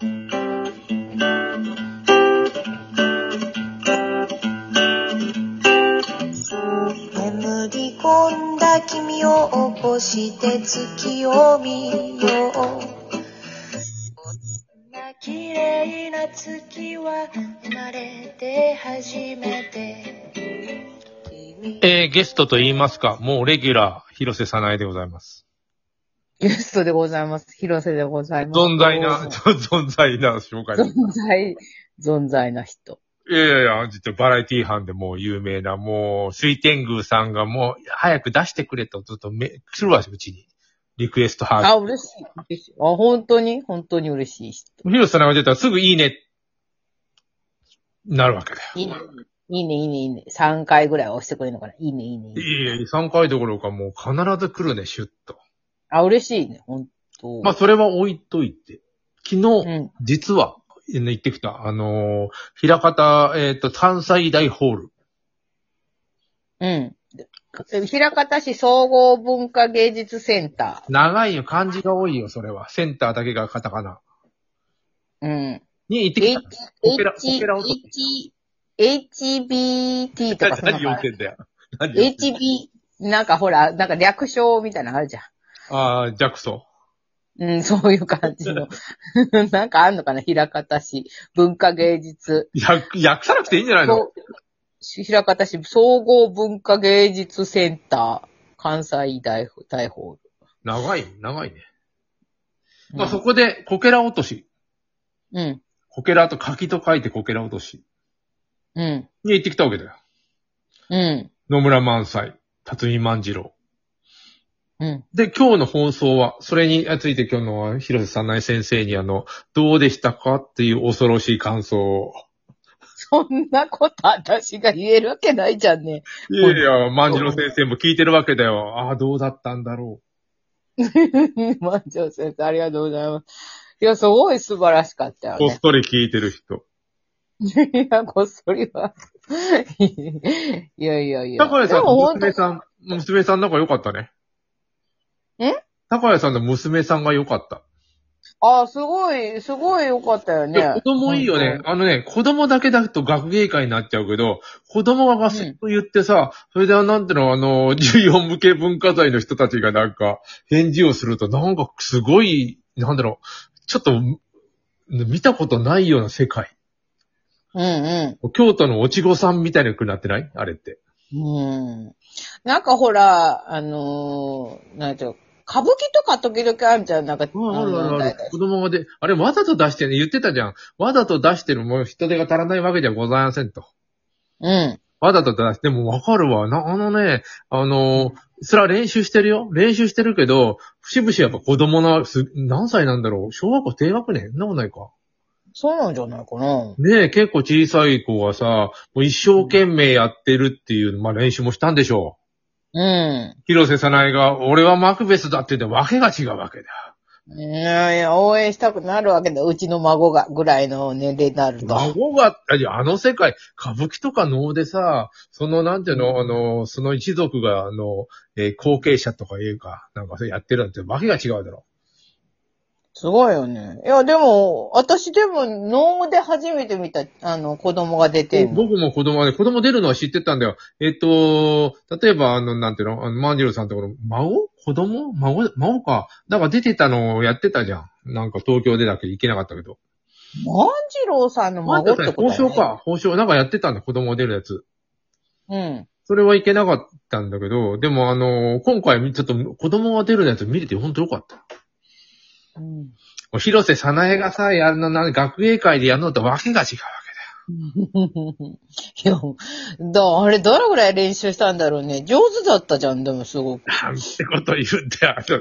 眠り込んだ君を起こして月を見よう。こんな綺麗な月は生まれて初めて。 ゲストと言いますか、もうレギュラー、広瀬さないでございます。 ゲストでございます。広瀬でございます。 存在な紹介です。 存在な人。 いや、実はバラエティ班でもう有名な、もう、水天宮さんがもう、早く出してくれとずっと来るわ、うちに。リクエストハート。 嬉しい。本当に嬉しい人。 広瀬さんが出たらすぐいいね、なるわけだよ。 いいね。3回ぐらい押してくれるのかな。いいね。 いや、3回どころかもう必ず来るね、シュッと。 嬉しいね、本当。 まあ、それは置いといて。昨日、実は、行ってきた、平方、関西大ホール。 うん。平方市総合文化芸術センター。 長いよ、漢字が多いよ、それは。センターだけがカタカナ。 うん。 に行ってきた。 HBT とかそんな。 何言ってんだよ。 HB、なんかほら、なんか略称みたいなのあるじゃん。 ジャクソ。 うん、そういう感じの。なんかあんのかな、平方市文化芸術。 訳さなくていいんじゃないの？ 平方市総合文化芸術センター、関西大ホール。 長いね。まあ、そこで、こけら落とし。 うん。 こけらと柿と書いてこけら落とし。 うん。 に行ってきたわけだよ。 うん。 野村萬斎、辰巳万次郎。 うん。 で、今日の放送は、それについて今日の広瀬さない先生にどうでしたかっていう恐ろしい感想を。 そんなこと私が言えるわけないじゃんね。 いや、万次郎先生も聞いてるわけだよ。どうだったんだろう。万次郎先生、ありがとうございます。いや、すごい素晴らしかったよね。 こっそり聞いてる人。 いや、こっそりは。いや。 高谷さんの娘さんなんか良かったね。高谷さんの娘さんが良かった。 すごい良かったよね。 子供いいよね。子供だけだと学芸会になっちゃうけど、子供がガスッと言ってさ、それでなんていうの、14向け文化財の人たちがなんか、返事をすると、なんかすごい、なんだろう、ちょっと、見たことないような世界。京都のおちごさんみたいなくなってないあれって。 なんかほら、なんていう歌舞伎とか時々あるじゃん、なんか。 ある。子供があれわざと出してね、言ってたじゃん。わざと出してるもう人手が足らないわけじゃございませんと。わざと出して、でもわかるわ。それは練習してるよ。練習してるけど、節々やっぱ子供何歳なんだろう。小学校低学年？そんなことないか。 そうなんじゃないかな。 ねえ、結構小さい子がさ、もう一生懸命やってるっていう、まあ練習もしたんでしょう。広瀬さないが、俺はマクベスだって言ってわけが違うわけだよ。 いや、応援したくなるわけだ。うちの孫が、ぐらいの年齢になると。 孫が、世界、歌舞伎とか能でさ、なんていうの、その一族が、後継者とかいうか、なんかやってるなんてわけが違うだろ。 すごいよね。いや、でも、私でも、能で初めて見た、子供が出てんの。 僕も子供出るのは知ってたんだよ。例えば、なんていうの、万次郎さんところ、孫か。だから出てたのをやってたじゃん。なんか東京でだけ行けなかったけど。 万次郎さんの孫ってことだよね。 宝生。なんかやってたんだ、子供出るやつ。それはいけなかったんだけど、でも今回ちょっと子供が出るやつ見れてほんとよかった。広瀬さなえがさ、学芸会でやるのとわけが違うわけだよ。 いや、あれ、どれぐらい練習したんだろうね。上手だったじゃん、でもすごく。 なんてこと言うんだよ、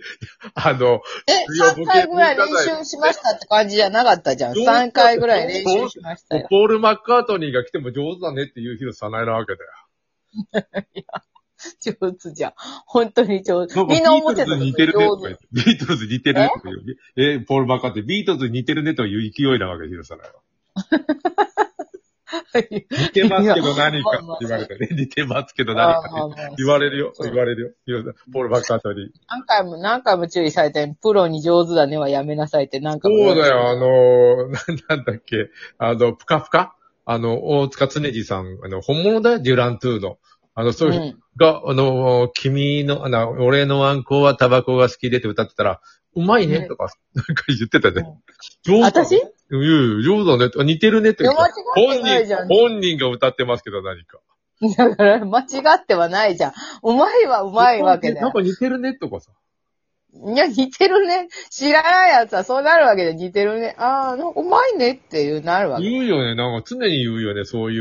3回ぐらい練習しましたって感じじゃなかったじゃん。3回ぐらい練習しましたよ。 ポール・マッカートニーが来ても上手だねっていう広瀬さなえなわけだよ。 いや、上手じゃん。本当に上手。みんな思ってた。 ビートルズ似てるねとか言って。ビートルズ似てるねとか言う。ポール・マッカートニー、ビートルズ似てるねという勢いなわけ、広瀬さなえは。 似てますけど何かって言われたね。似てますけど何かって言われるよ。言われるよ。ポール・バッカートリー。 何回も注意されて、プロに上手だねはやめなさいって何回も。 そうだよ、なんだっけ、ぷかぷか大塚常次さん、本物だよ、デュラントゥーの。そういう人が、君の、俺のあんこはタバコが好きでって歌ってたら、うまいね、とか、なんか言ってたね。 私上手だね。似てるねって言って。本人が歌ってますけど、何か。 だから、間違ってはないじゃん。うまいはうまいわけだよ。 なんか似てるね、とかさ。 いや、似てるね。知らないやつはそうなるわけで似てるね。なんかうまいねっていうなるわけ。 言うよね。なんか常に言うよね。そういう、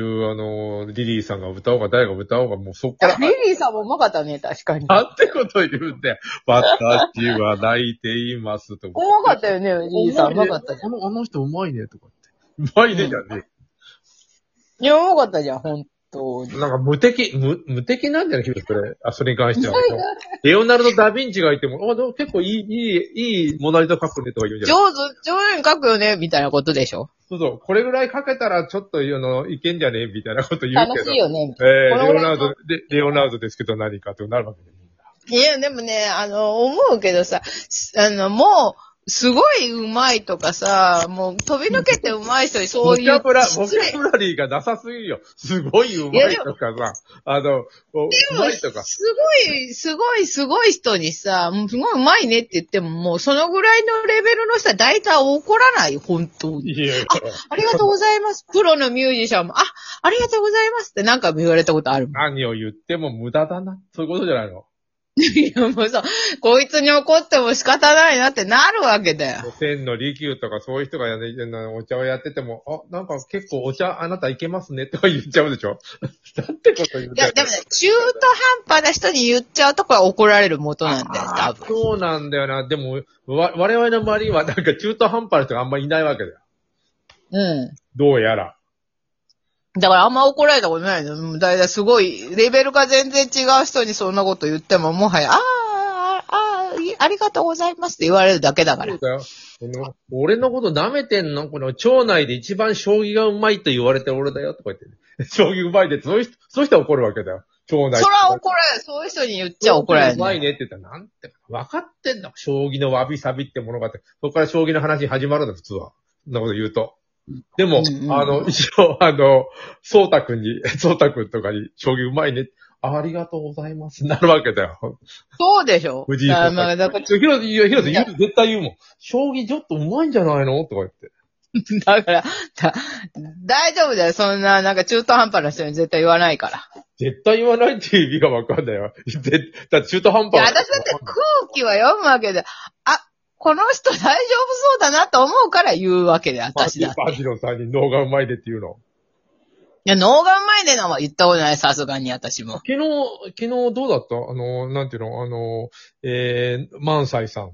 リリーさんが歌おうが誰が歌おうがもうそっから。 リリーさんもうまかったね、確かに。 なんてこと言うんだよ。私は泣いていますとか。 うまかったよね、リリーさん。うまかったじゃん。 あの人うまいねとかって。うまいねじゃねいや、うまかったじゃん、ほんとに。 なんか無敵なんじゃないそれ。それに関しては。レオナルド・ダ・ヴィンチがいても、結構いいモナリザ描くねとか言うんじゃない上手に描くよね、みたいなことでしょ。 そうそう。これぐらい描けたらちょっといけんじゃねみたいなこと言うけど。 楽しいよね。 レオナルドですけど何かってなるわけで。 いや、でもね、思うけどさ、もう、すごい上手いとかさ、もう飛び抜けて上手い人にそういう。 ボキャブラリーがなさすぎるよ。すごい上手いとかさ、上手いとか。すごい人にさ、すごい上手いねって言っても、もうそのぐらいのレベルの人は大体怒らない、本当に。ありがとうございます。プロのミュージシャンも、ありがとうございますって何回も言われたことあるもん。 何を言っても無駄だな。そういうことじゃないの。 いや、もうさ、こいつに怒っても仕方ないなってなるわけだよ。 千の利休とかそういう人がお茶をやってても、なんか結構お茶あなたいけますねとか言っちゃうでしょなんてこと言うんだよ。 いや、でもね、中途半端な人に言っちゃうとこは怒られる元なんだよ、多分。 そうなんだよな。でも、我々の周りにはなんか中途半端な人があんまりいないわけだよ。 うん。 どうやら。 だからあんま怒られたことないの。だいたいすごい、レベルが全然違う人にそんなこと言っても、もはや、ありがとうございますって言われるだけだから。 そうだよ。俺のこと舐めてんのこの町内で一番将棋がうまいと言われてる俺だよとか言って、ね。将棋うまいで、そういう人は怒るわけだよ。町内。 そら怒られる。そういう人に言っちゃ怒られる、 うまいねって言ったら、なんて、分かってんだ。将棋のわびさびってものがあって、そこから将棋の話始まるんだ、普通は。そんなこと言うと。でも、一応、そうたくんとかに、将棋うまいね。ありがとうございます。なるわけだよ。 そうでしょ藤井さん。広瀬絶対言うもん。将棋ちょっとうまいんじゃないのとか言って。 だから、大丈夫だよ。そんな、なんか中途半端な人に絶対言わないから。 絶対言わないっていう意味がわかんないよ。だって中途半端。 いや、私だって空気は読むわけで、この人大丈夫そうだなと思うから言うわけで、私だって。 バジロさんに脳がうまいでって言うの。 いや、脳がうまいでのは言ったことない、さすがに私も。 昨日どうだったなんていうの萬斎さん。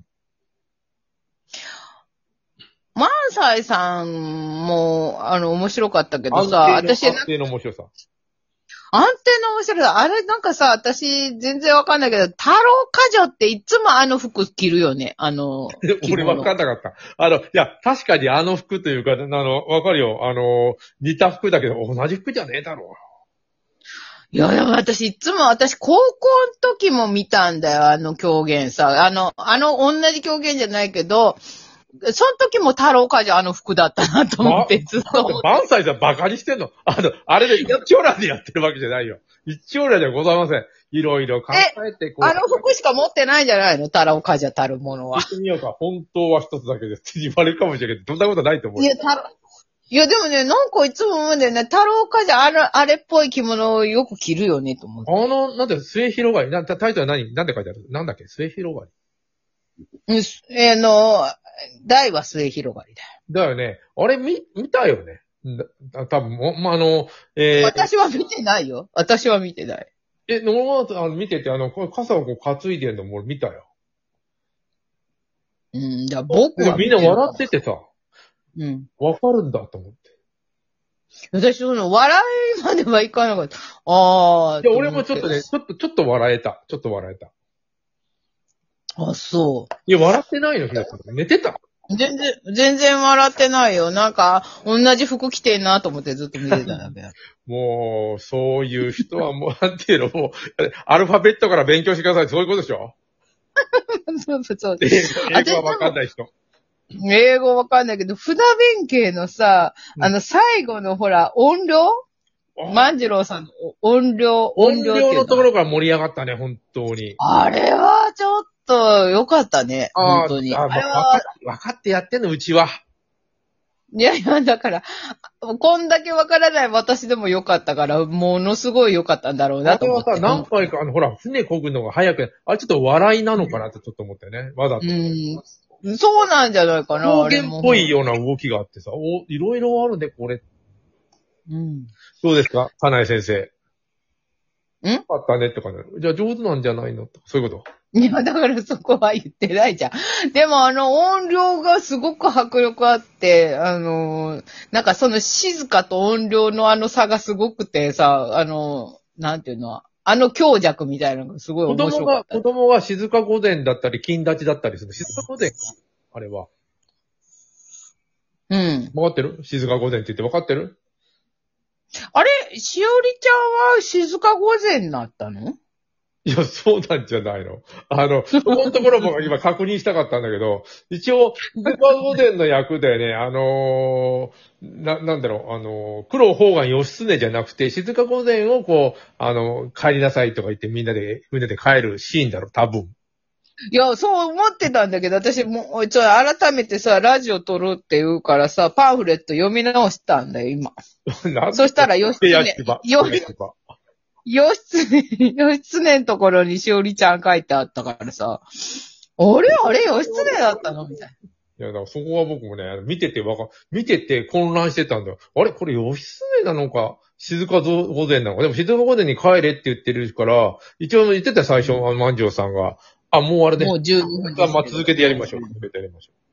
萬斎さんも、面白かったけどさ、 安定の面白さ。 安定の面白さ。あれ、なんかさ、私、全然わかんないけど、太郎花女っていつも服着るよね。 俺わかんなかった。いや、確かに服というか、わかるよ。似た服だけど、同じ服じゃねえだろう。 いや、でも私、高校の時も見たんだよ、狂言さ。同じ狂言じゃないけど、その時も太郎花女服だったなと思って、ずっと。 萬斎さんバカにしてんのあれで一丁羅でやってるわけじゃないよ。一丁羅ではございません。いろいろ考えて服しか持ってないんじゃないの太郎花女たるものは。 言ってみようか。本当は一つだけですって言われるかもしれないけど、どんなことないと思う。 いや、でもね、なんかいつも思うんだよね。太郎花女、あれっぽい着物をよく着るよね、と思って。 なんで、末広がりタイトルはなんで書いてあるなんだっけ末広がり。 大は末広がりだよ。 だよね。あれ見たよね。多分私は見てないよ。私は見てない。 野間見てて、傘を担いでるのも見たよ。 じゃあ僕はみんな笑っててさ。 うん。 わかるんだと思って。 私、笑いまではいかなかった。いや、俺もちょっとね、ちょっと笑えた。 そう。 いや、笑ってないの、ひろさん。寝てた。 全然笑ってないよ。なんか、同じ服着てんなと思ってずっと見てたんだけど。 もう、そういう人はもう、なんていうの、もう、アルファベットから勉強してください。そういうことでしょ？ そう。 英語はわかんない人。 英語わかんないけど、船弁慶のさ、最後のほら、音量万次郎さんの音量のところから盛り上がったね、本当に。 あれはちょっと良かったね、本当に。 あれは分かってやってんの、うちは。 いや、だから、こんだけわからない私でも良かったから、ものすごい良かったんだろうなと思って。 あれはさ、何回か、ほら、船漕ぐのが早く、あれちょっと笑いなのかなってちょっと思ったよね、わざと。 そうなんじゃないかな。 方言っぽいような動きがあってさ、いろいろあるね、これ。どうですか、かなえ先生。よかったねとかね。じゃあ上手なんじゃないのとか、そういうこと。 いや、だからそこは言ってないじゃん。でも音量がすごく迫力あって、なんかその静かと音量の差がすごくてさ、なんていうの、強弱みたいなのがすごい面白かった。 子供が静か御前だったり、金立ちだったりする。静か御前あれは。 うん。 分かってる？静か御前って言って分かってる？ あれ、しおりちゃんは静か御前になったの？ いや、そうなんじゃないの。そこのところも今確認したかったんだけど、一応、静か御前の役でね、なんだろう、九郎宝願義経じゃなくて、静か御前をこう、帰りなさいとか言ってみんなで、船で帰るシーンだろ、多分。 いや、そう思ってたんだけど、私もう、改めてさ、ラジオ撮るって言うからさ、パンフレット読み直したんだよ、今。そしたら、義経のところにしおりちゃん書いてあったからさ、あれ義経だったのみたいな。 いや、だからそこは僕もね、見てて混乱してたんだよ。あれこれ義経なのか、静か御前なのか。でも静か御前に帰れって言ってるから、一応言ってた最初、万丈さんが。もうあれで。 もう12分。 続けてやりましょう。